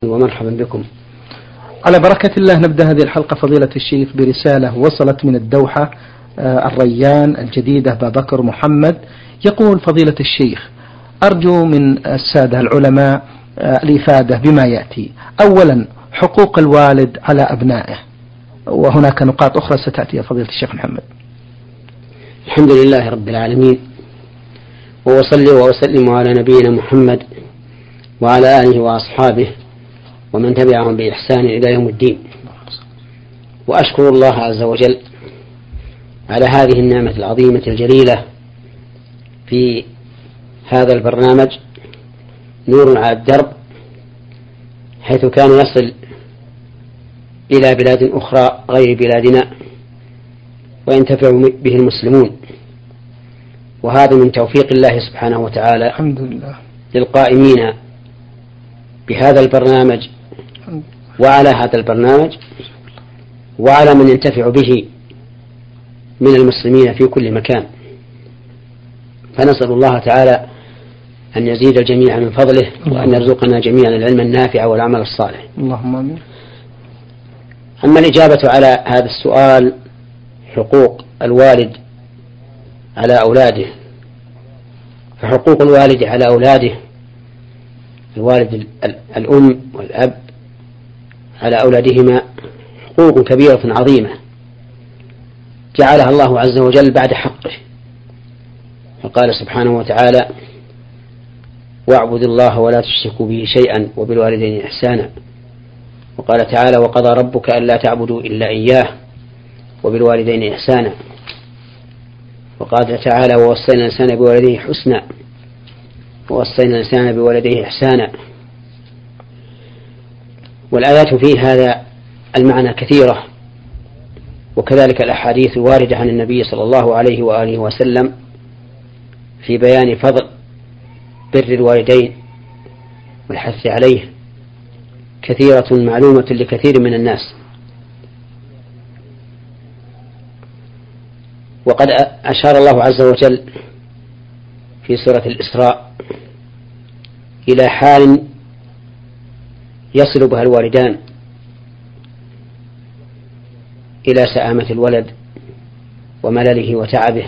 ومرحبا بكم. على بركة الله نبدأ هذه الحلقة فضيلة الشيخ برسالة وصلت من الدوحة الريان الجديدة بابكر محمد. يقول فضيلة الشيخ: أرجو من السادة العلماء الإفادة بما يأتي. أولا، حقوق الوالد على أبنائه، وهناك نقاط أخرى ستأتي يا فضيلة الشيخ محمد. الحمد لله رب العالمين، وأصلي وأسلم على نبينا محمد وعلى آله وأصحابه ومن تبعهم بإحسان إلى يوم الدين. وأشكر الله عز وجل على هذه النعمة العظيمة الجليلة في هذا البرنامج نور على الدرب، حيث كان يصل إلى بلاد أخرى غير بلادنا وينتفع به المسلمون، وهذا من توفيق الله سبحانه وتعالى الحمد لله للقائمين بهذا البرنامج وعلى هذا البرنامج وعلى من ينتفع به من المسلمين في كل مكان. فنسأل الله تعالى أن يزيد الجميع من فضله وأن يرزقنا جميعا العلم النافع والعمل الصالح. اللهم آمين. أما الإجابة على هذا السؤال، حقوق الوالد على أولاده، فحقوق الوالد على أولاده، الوالد الأم والأب على أولادهما حقوق كبيرة عظيمة جعلها الله عز وجل بعد حقه، فقال سبحانه وتعالى: واعبدوا الله ولا تشركوا به شيئا وبالوالدين إحسانا. وقال تعالى: وقضى ربك ألا تعبدوا إلا إياه وبالوالدين إحسانا. وقال تعالى: ووصينا الإنسان بوالديه حسنا ووصينا الإنسان بوالديه إحسانا. والآيات في هذا المعنى كثيرة، وكذلك الأحاديث الواردة عن النبي صلى الله عليه وآله وسلم في بيان فضل بر الوالدين والحث عليه كثيرة معلومة لكثير من الناس. وقد أشار الله عز وجل في سورة الإسراء إلى حال يصل بها الوالدان إلى سآمة الولد وملله وتعبه،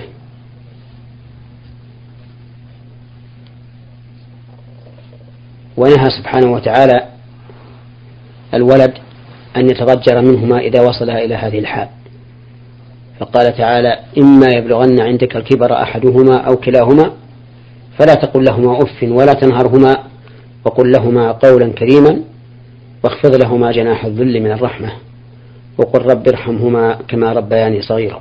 ونهى سبحانه وتعالى الولد أن يتضجر منهما إذا وصل إلى هذه الحال، فقال تعالى: إما يبلغن عندك الكبر أحدهما أو كلاهما فلا تقل لهما أف ولا تنهرهما وقل لهما قولا كريما واخفض لهما جناح الذل من الرحمة وقل رب ارحمهما كما ربياني صغيرا.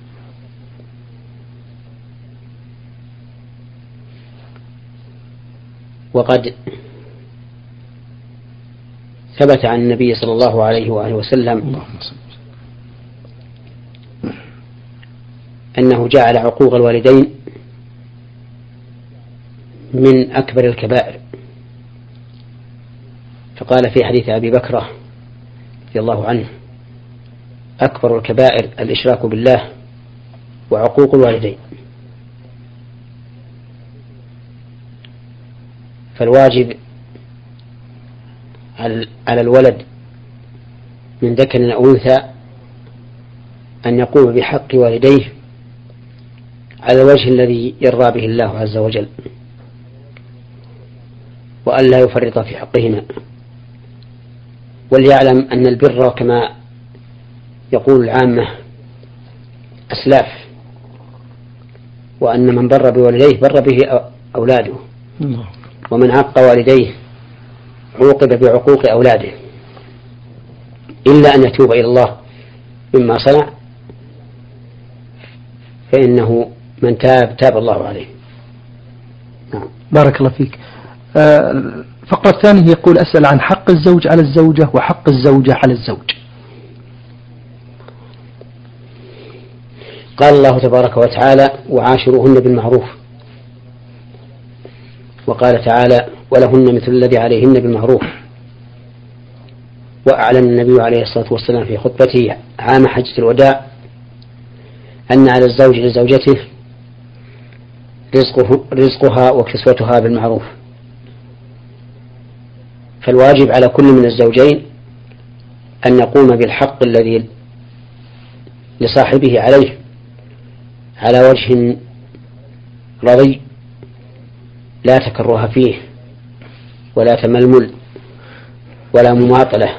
وقد ثبت عن النبي صلى الله عليه وآله وسلم أنه جعل عقوق الوالدين من أكبر الكبائر، فقال في حديث أبي بكرة رضي الله عنه: أكبر الكبائر الإشراك بالله وعقوق الوالدين. فالواجب على الولد من ذكر أو أنثى أن يقوم بحق والديه على الوجه الذي يرضى به الله عز وجل، وأن لا يفرط في حقهما، وليعلم أن البر كما يقول العامة أسلاف، وأن من بر بوالديه بر به أولاده، ومن عق والديه عوقب بعقوق أولاده، إلا أن يتوب إلى الله مما صنع، فإنه من تاب الله عليه. نعم. بارك الله فيك. الفقرة الثانية يقول: أسأل عن حق الزوج على الزوجة وحق الزوجة على الزوج. قال الله تبارك وتعالى: وعاشروهن بالمعروف. وقال تعالى: ولهن مثل الذي عليهن بالمعروف. وأعلن النبي عليه الصلاة والسلام في خطبته عام حجة الوداع أن على الزوج لزوجته رزقها وكسوتها بالمعروف. فالواجب على كل من الزوجين أن يقوم بالحق الذي لصاحبه عليه على وجه رضي، لا تكره فيه ولا تململ ولا مماطلة،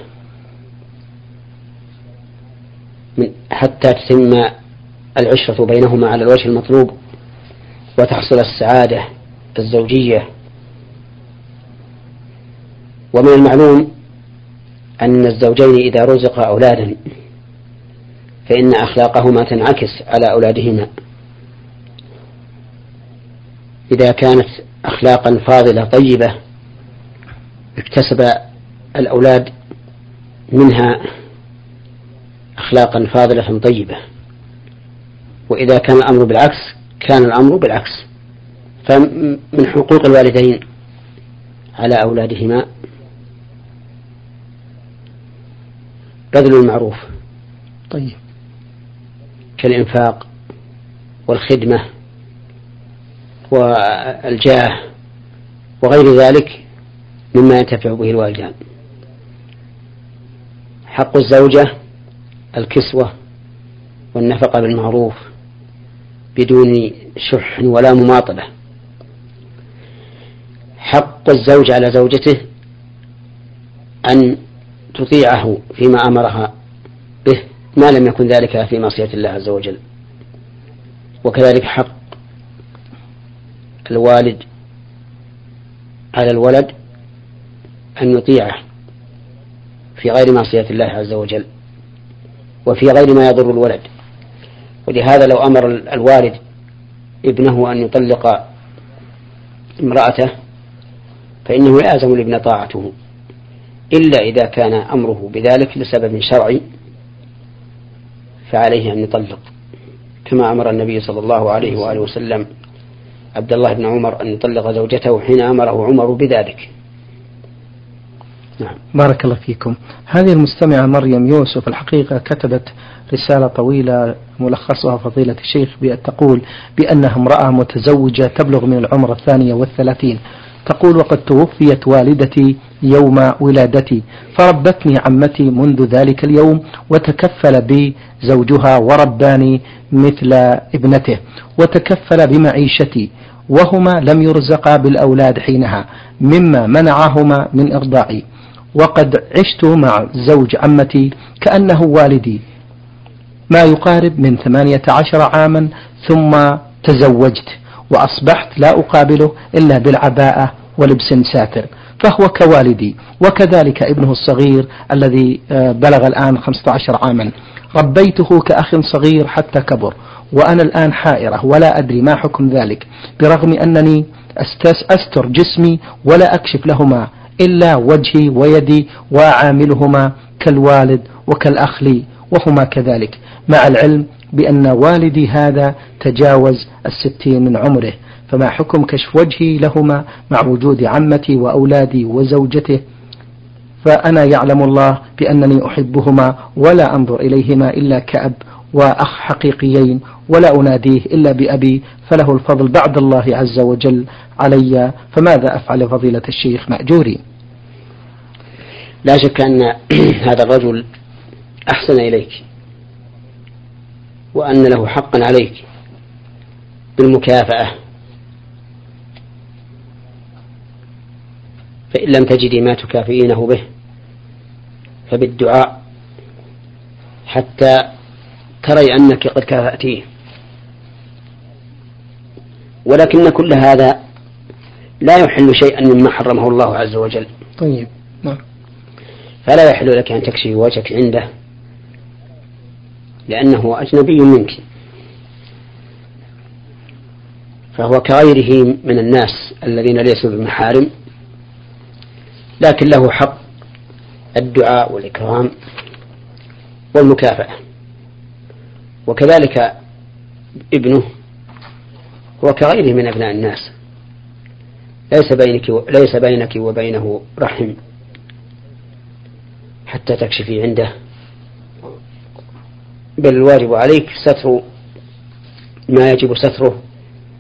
حتى تتم العشرة بينهما على الوجه المطلوب وتحصل السعادة الزوجية. ومن المعلوم أن الزوجين إذا رزقا أولادا فإن أخلاقهما تنعكس على أولادهما. إذا كانت أخلاقا فاضلة طيبة اكتسب الأولاد منها أخلاقا فاضلة طيبة، وإذا كان الأمر بالعكس كان الأمر بالعكس. فمن حقوق الوالدين على أولادهما بذل المعروف، طيب، كالإنفاق والخدمة والجاه وغير ذلك مما ينتفع به الوالدان. حق الزوجة الكسوة والنفقة بالمعروف بدون شح ولا مماطلة. حق الزوج على زوجته أن تطيعه فيما أمرها به ما لم يكن ذلك في معصية الله عز وجل. وكذلك حق الوالد على الولد أن يطيعه في غير معصية الله عز وجل وفي غير ما يضر الولد. ولهذا لو أمر الوالد ابنه أن يطلق امرأته فإنه يلزم الابن طاعته، إلا إذا كان أمره بذلك لسبب شرعي فعليه أن يطلق، كما أمر النبي صلى الله عليه وآله وسلم عبد الله بن عمر أن يطلق زوجته حين أمره عمر بذلك. نعم. بارك الله فيكم. هذه المستمعة مريم يوسف الحقيقة كتبت رسالة طويلة ملخصها فضيلة الشيخ تقول بأنها امرأة متزوجة تبلغ من العمر 32. تقول: وقد توفيت والدتي يوم ولادتي، فربتني عمتي منذ ذلك اليوم، وتكفل بي زوجها ورباني مثل ابنته، وتكفل بمعيشتي، وهما لم يرزقا بالأولاد حينها مما منعهما من إرضاعي. وقد عشت مع زوج عمتي كأنه والدي ما يقارب من 18 عاما، ثم تزوجت وأصبحت لا أقابله إلا بالعباءة ولبس ساتر، فهو كوالدي. وكذلك ابنه الصغير الذي بلغ الآن 15 عاما، ربيته كأخ صغير حتى كبر، وأنا الآن حائرة ولا أدري ما حكم ذلك، برغم أنني أستر جسمي ولا أكشف لهما إلا وجهي ويدي، وأعاملهما كالوالد وكالأخ لي، وهما كذلك، مع العلم بأن والدي هذا تجاوز 60 من عمره. فما حكم كشف وجهي لهما مع وجود عمتي وأولادي وزوجته؟ فأنا يعلم الله بأنني أحبهما ولا أنظر إليهما إلا كأب وأخ حقيقيين، ولا أناديه إلا بأبي، فله الفضل بعد الله عز وجل علي. فماذا أفعل فضيلة الشيخ مأجوري؟ لا شك أن هذا الرجل أحسن إليك، وأن له حقا عليك بالمكافأة، فإن لم تجدي ما تكافئينه به فبالدعاء حتى تري أنك قد كافأتيه. ولكن كل هذا لا يحل شيئا مما حرمه الله عز وجل. طيب، نعم. فلا يحل لك أن تكشف وجهك عنده لأنه أجنبي منك، فهو كغيره من الناس الذين ليسوا بمحارم، لكن له حق الدعاء والإكرام والمكافأة. وكذلك ابنه هو كغيره من أبناء الناس، ليس بينك وبينه رحم حتى تكشفي عنده، بل الواجب عليك ستر ما يجب ستره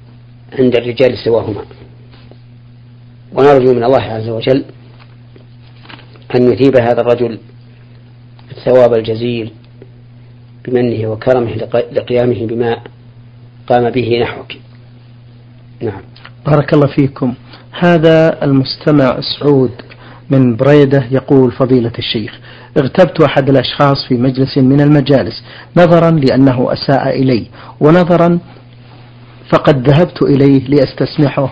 عند الرجال سواهما. ونرجو من الله عز وجل أن يثيب هذا الرجل الثواب الجزيل بمنه وكرمه لقيامه بما قام به نحوك. نعم. بارك الله فيكم. هذا المستمع سعود من بريدة يقول: فضيلة الشيخ، اغتبت أحد الأشخاص في مجلس من المجالس نظرا لأنه أساء إلي، ونظرا فقد ذهبت إليه لأستسمحه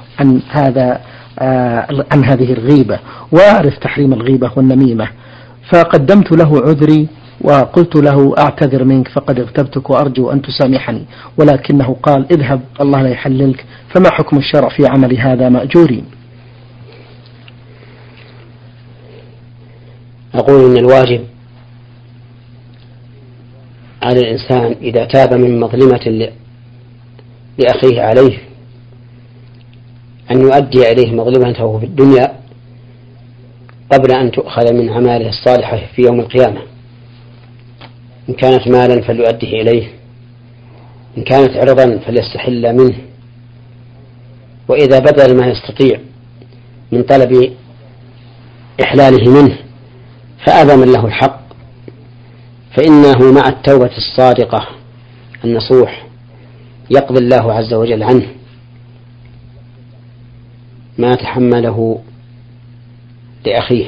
عن هذه الغيبة، وأعرف تحريم الغيبة والنميمة، فقدمت له عذري وقلت له: أعتذر منك فقد اغتبتك وأرجو أن تسامحني، ولكنه قال: اذهب الله لا يحللك. فما حكم الشرع في عمل هذا مأجورين؟ أقول إن الواجب على الإنسان إذا تاب من مظلمة لأخيه عليه أن يؤدي إليه مظلمته في الدنيا قبل أن تؤخذ من أعماله الصالحة في يوم القيامة. إن كانت مالا فليؤديه إليه، إن كانت عرضا فليستحل منه، وإذا بذل ما يستطيع من طلب إحلاله منه فأبى من له الحق، فإنه مع التوبة الصادقة النصوح يقضي الله عز وجل عنه ما تحمله لأخيه.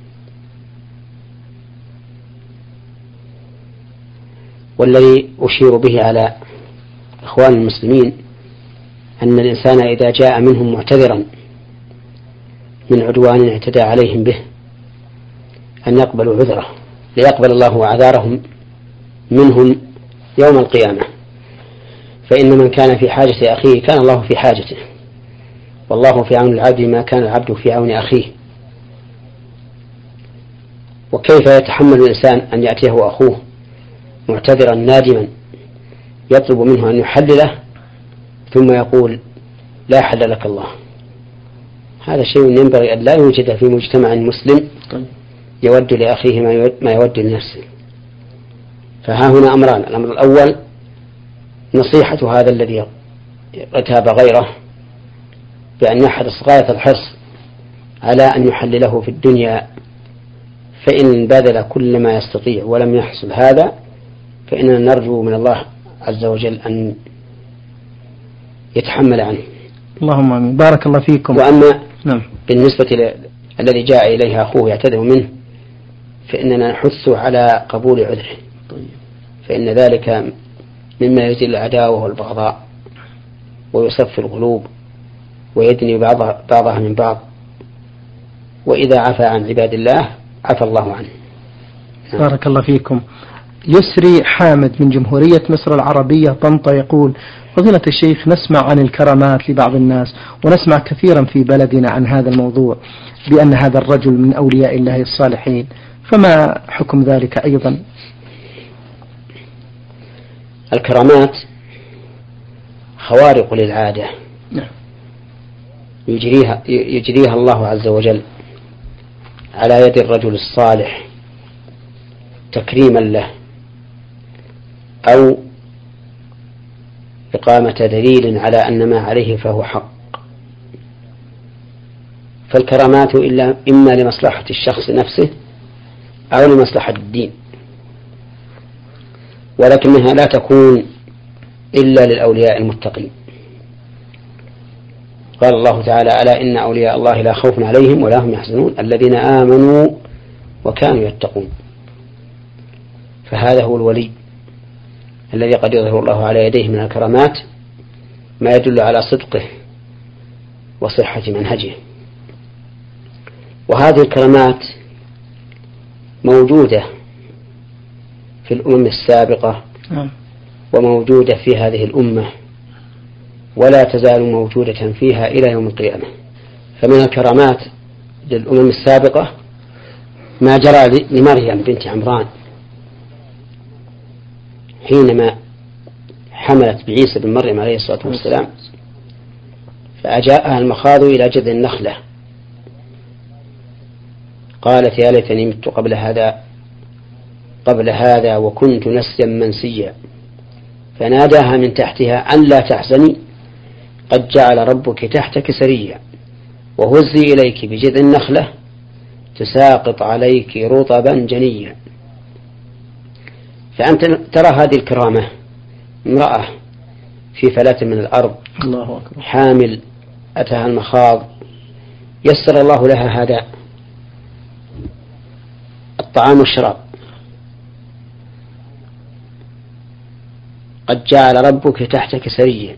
والذي أشير به على إخوان المسلمين أن الإنسان إذا جاء منهم معتذرا من عدوان اعتدى عليهم به أن يقبلوا عذره ليقبل الله أعذارهم منهم يوم القيامة، فإن من كان في حاجة أخيه كان الله في حاجته، والله في عون العبد ما كان العبد في عون أخيه. وكيف يتحمل الإنسان أن يأتيه أخوه معتذرا نادما يطلب منه أن يحلله ثم يقول: لا حل لك الله؟ هذا شيء ينبغي أن لا يوجد في مجتمع مسلم يود لأخيه ما يود لنفسه. فها هنا أمران: الأمر الأول نصيحة هذا الذي ارتاب غيره بأن يحرص غاية الحرص على أن يحلله في الدنيا، فإن بذل كل ما يستطيع ولم يحصل هذا فإننا نرجو من الله عز وجل أن يتحمل عنه. اللهم آمين. بارك الله فيكم. وأما بالنسبة الذي جاء إليه أخوه يعتذر منه فإننا نحثه على قبول عذره، فإن ذلك مما يزيل العداوة والبغضاء ويصفي القلوب ويدني بعضها من بعض، وإذا عفى عن عباد الله عفى الله عنه. بارك الله فيكم. يسري حامد من جمهورية مصر العربية طنطا يقول: فضيلة الشيخ، نسمع عن الكرامات لبعض الناس، ونسمع كثيرا في بلدنا عن هذا الموضوع بأن هذا الرجل من أولياء الله الصالحين، فما حكم ذلك أيضا؟ الكرامات خوارق للعادة يجريها الله عز وجل على يد الرجل الصالح تكريما له أو إقامة دليل على أن ما عليه فهو حق. فالكرامات إما لمصلحة الشخص نفسه أو لمصلحة الدين، ولكنها لا تكون إلا للأولياء المتقين. قال الله تعالى: ألا إن أولياء الله لا خوف عليهم ولا هم يحزنون الذين آمنوا وكانوا يتقون. فهذا هو الولي الذي قد يظهر الله على يديه من الكرامات ما يدل على صدقه وصحة منهجه. وهذه الكرامات موجودة في الأمم السابقة وموجودة في هذه الأمة ولا تزال موجودة فيها إلى يوم القيامة. فمن الكرامات للأمم السابقة ما جرى لمريم بنت عمران حينما حملت بعيسى بن مريم عليه الصلاة والسلام، فأجاءها المخاض إلى جذع النخلة قالت: يا ليتني مت قبل هذا وكنت نسيا منسيا، فناداها من تحتها أن لا تحزني قد جعل ربك تحتك سريا وهزي إليك بجذع النخلة تساقط عليك رطبا جنيا. فأنت ترى هذه الكرامة، امرأة في فلاة من الأرض، الله أكبر، حامل أتاها المخاض، يسر الله لها هذا الطعام والشراب. قد جعل ربك تحتك سريا.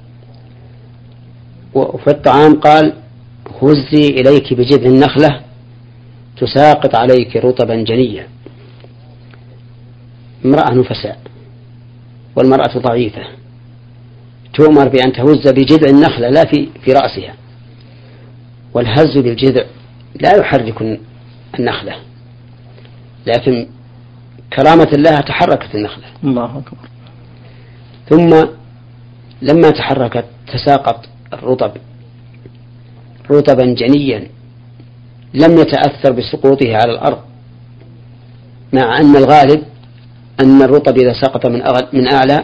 وفي الطعام قال هزي إليك بجذع النخلة تساقط عليك رطبا جنيا. امرأة نفساء، والمرأة ضعيفة، تؤمر بأن تهز بجذع النخلة لا في رأسها، والهز بالجذع لا يحرك النخلة، لكن كرامة الله تحركت النخلة. الله أكبر. ثم لما تحركت تساقط الرطب رطبا جنيا لم يتأثر بسقوطه على الأرض، مع أن الغالب أن الرطب إذا سقط من أعلى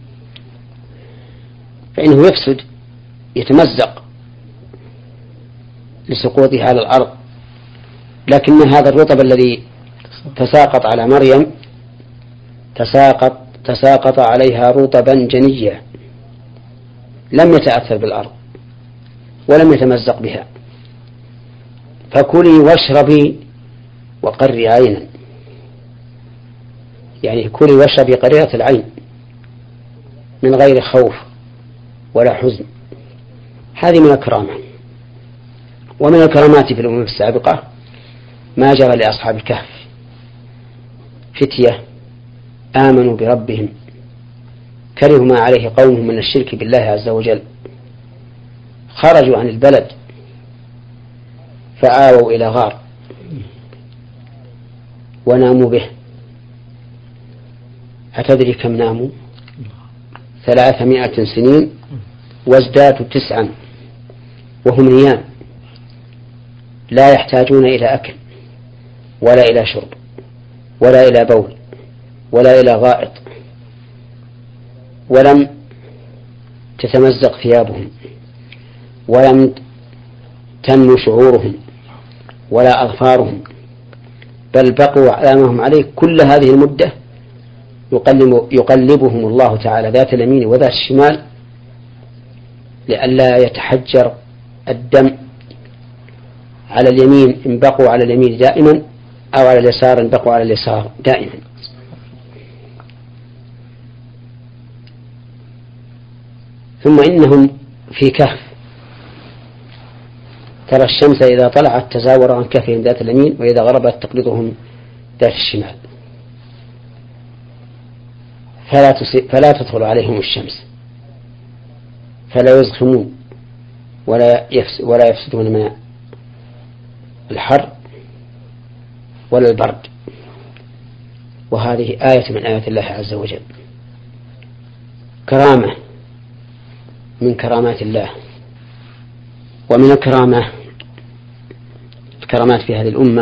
فإنه يفسد، يتمزق لسقوطه على الأرض، لكن هذا الرطب الذي تساقط على مريم تساقط عليها رطبا جنيا، لم يتأثر بالأرض ولم يتمزق بها. فكلي واشربي وقري عينا، يعني كلي واشربي قريرة العين من غير خوف ولا حزن. هذه من الكرامة. ومن الكرامات في الأمم السابقة ما جرى لأصحاب الكهف، فتية آمنوا بربهم كرهوا ما عليه قومهم من الشرك بالله عز وجل، خرجوا عن البلد فآووا إلى غار وناموا به. أتدري كم ناموا؟ 300 سنين وازدادوا 9 وهم نيام، لا يحتاجون إلى أكل ولا إلى شرب ولا إلى بول ولا إلى غائط، ولم تتمزق ثيابهم ولم تنمو شعورهم ولا أظفارهم، بل بقوا على ما هم عليه كل هذه المدة. يقلبهم الله تعالى ذات اليمين وذات الشمال لئلا يتحجر الدم على اليمين إن بقوا على اليمين دائما، أو على اليسار إن بقوا على اليسار دائما. ثم إنهم في كهف ترى الشمس إذا طلعت تزاور عن كهفهم ذات اليمين، وإذا غربت تقلدهم ذات الشمال، فلا تدخل عليهم الشمس فلا يزخمون ولا يفسدون من الحر ولا البرد. وهذه آية من آيات الله عز وجل، كرامة من كرامات الله. ومن الكرامات في هذه الأمة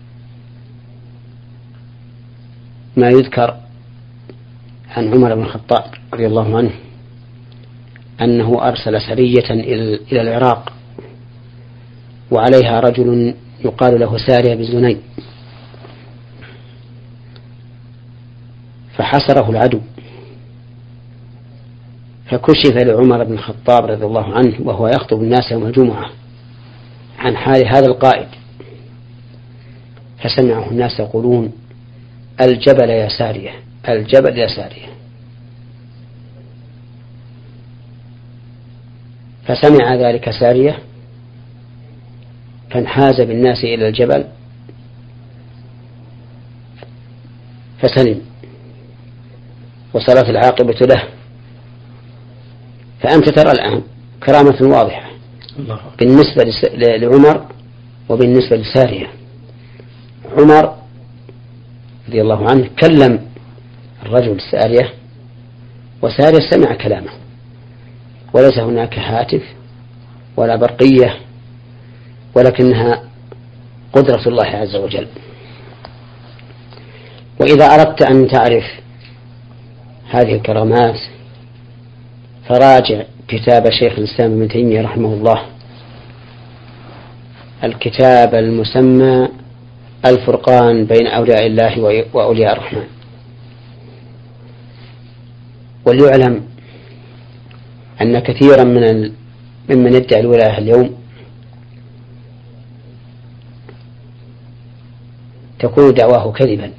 ما يذكر عن عمر بن الخطاب رضي الله عنه أنه أرسل سرية إلى العراق وعليها رجل يقال له سارية بن زنيد، فحسره العدو، فكشف لعمر بن الخطاب رضي الله عنه وهو يخطب الناس يوم الجمعة عن حال هذا القائد، فسمعه الناس يقولون الجبل يا سارية، الجبل يا سارية. فسمع ذلك سارية فانحاز بالناس إلى الجبل فسلم وصارت العاقبة له. فأنت ترى الآن كرامة واضحة بالنسبة لعمر وبالنسبة لسارية. عمر رضي الله عنه كلم الرجل سارية، وسارية سمع كلامه، وليس هناك هاتف ولا برقية، ولكنها قدرة الله عز وجل. وإذا أردت أن تعرف هذه الكرامات فراجع كتاب شيخ الإسلام ابن تيمية رحمه الله الكتاب المسمى الفرقان بين أولياء الله وأولياء الرحمن. وليعلم أن كثيرا ممن يدعي الولاية اليوم تكون دعواه كذبا،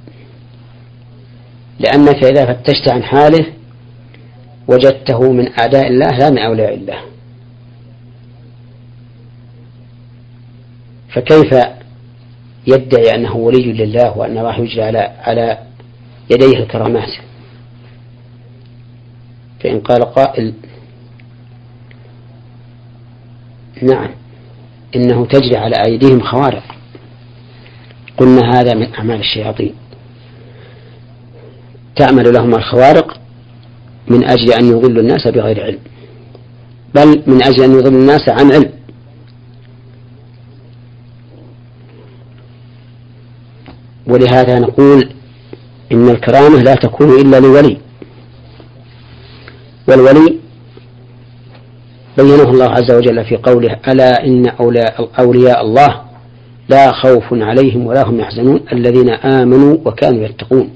لأنك إذا فتشت عن حاله وجدته من أعداء الله لا من أولياء الله، فكيف يدعي أنه ولي لله وأن الله يجري على يديه الكرامات؟ فإن قال قائل نعم إنه تجري على أيديهم خوارق، قلنا هذا من أعمال الشياطين، تعمل لهم الخوارق من أجل أن يضلوا الناس بغير علم، بل من أجل أن يضلوا الناس عن علم. ولهذا نقول إن الكرامة لا تكون إلا لولي، والولي بينه الله عز وجل في قوله ألا إن أولياء الله لا خوف عليهم ولا هم يحزنون الذين آمنوا وكانوا يتقون.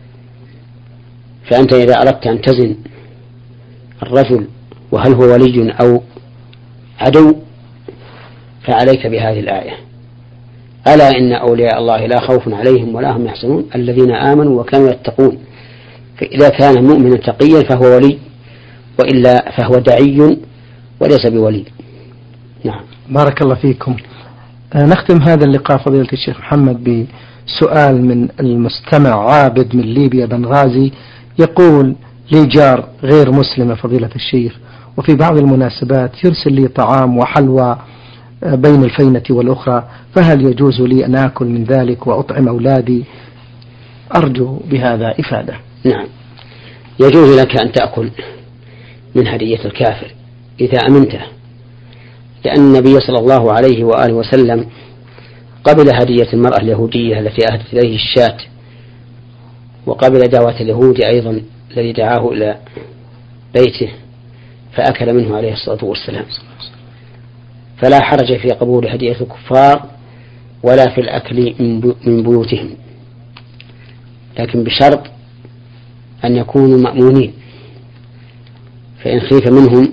فأنت إذا أردت أن تزن الرجل وهل هو ولي أو عدو فعليك بهذه الآية ألا إن أولياء الله لا خوف عليهم ولا هم يحزنون الذين آمنوا وكانوا يتقون. فإذا كان مؤمنا تقيا فهو ولي، وإلا فهو دعي وليس بولي. نعم. بارك الله فيكم. نختم هذا اللقاء فضيلة الشيخ محمد بسؤال من المستمع عابد من ليبيا بنغازي، يقول لي جار غير مسلم فضيلة الشيخ، وفي بعض المناسبات يرسل لي طعام وحلوى بين الفينة والأخرى، فهل يجوز لي أن آكل من ذلك وأطعم أولادي؟ أرجو بهذا إفادة. نعم، يجوز لك أن تأكل من هدية الكافر إذا أمنته، لأن النبي صلى الله عليه وآله وسلم قبل هدية المرأة اليهودية التي أهدت إليه الشاة، وقبل دعوة اليهود أيضا الذي دعاه إلى بيته فأكل منه عليه الصلاة والسلام. فلا حرج في قبول هدية الكفار ولا في الأكل من بيوتهم، لكن بشرط أن يكونوا مأمونين، فإن خيف منهم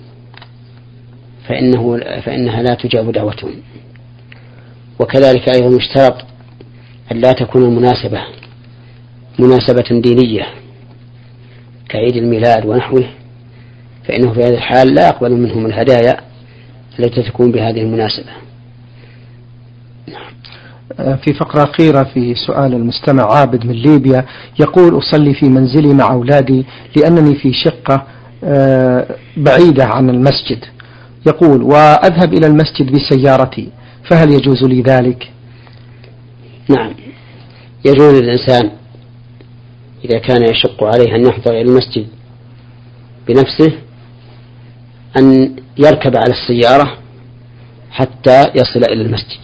فإنها لا تجاب دعوتهم. وكذلك أيضا يشترط أن لا تكون المناسبة مناسبة دينية كعيد الميلاد ونحوه، فإنه في هذه الحال لا يقبل منهم الهدايا التي تكون بهذه المناسبة. في فقرة أخيرة في سؤال المستمع عابد من ليبيا، يقول أصلي في منزلي مع أولادي لأنني في شقة بعيدة عن المسجد، يقول وأذهب إلى المسجد بسيارتي، فهل يجوز لي ذلك؟ نعم، يجوز للإنسان إذا كان يشق عليه أن يحضر إلى المسجد بنفسه أن يركب على السيارة حتى يصل إلى المسجد،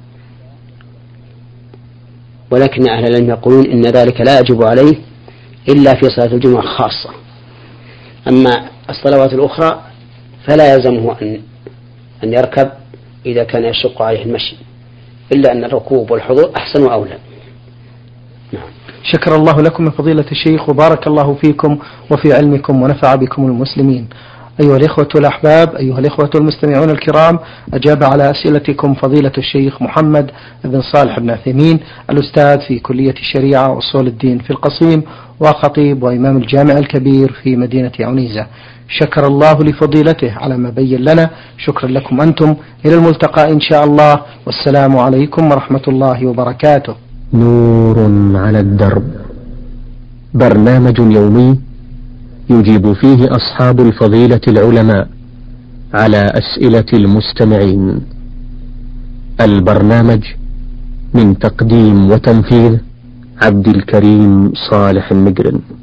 ولكن أهل العلم يقولون إن ذلك لا يجب عليه إلا في صلاة الجمعة خاصة، أما الصلوات الأخرى فلا يلزمه أن يركب إذا كان يشق عليه المشي، إلا أن الركوب والحضور أحسن وأولى. نعم. شكر الله لكم من فضيلة الشيخ وبارك الله فيكم وفي علمكم ونفع بكم المسلمين. أيها الإخوة الأحباب، أيها الإخوة المستمعون الكرام، أجاب على أسئلتكم فضيلة الشيخ محمد بن صالح بن عثيمين، الأستاذ في كلية الشريعة وأصول الدين في القصيم، وخطيب وإمام الجامع الكبير في مدينة عنيزة. شكر الله لفضيلته على ما بين لنا. شكرا لكم أنتم، إلى الملتقى إن شاء الله، والسلام عليكم ورحمة الله وبركاته. نور على الدرب، برنامج يومي يجيب فيه أصحاب الفضيلة العلماء على أسئلة المستمعين. البرنامج من تقديم وتنفيذ عبد الكريم صالح المجرم.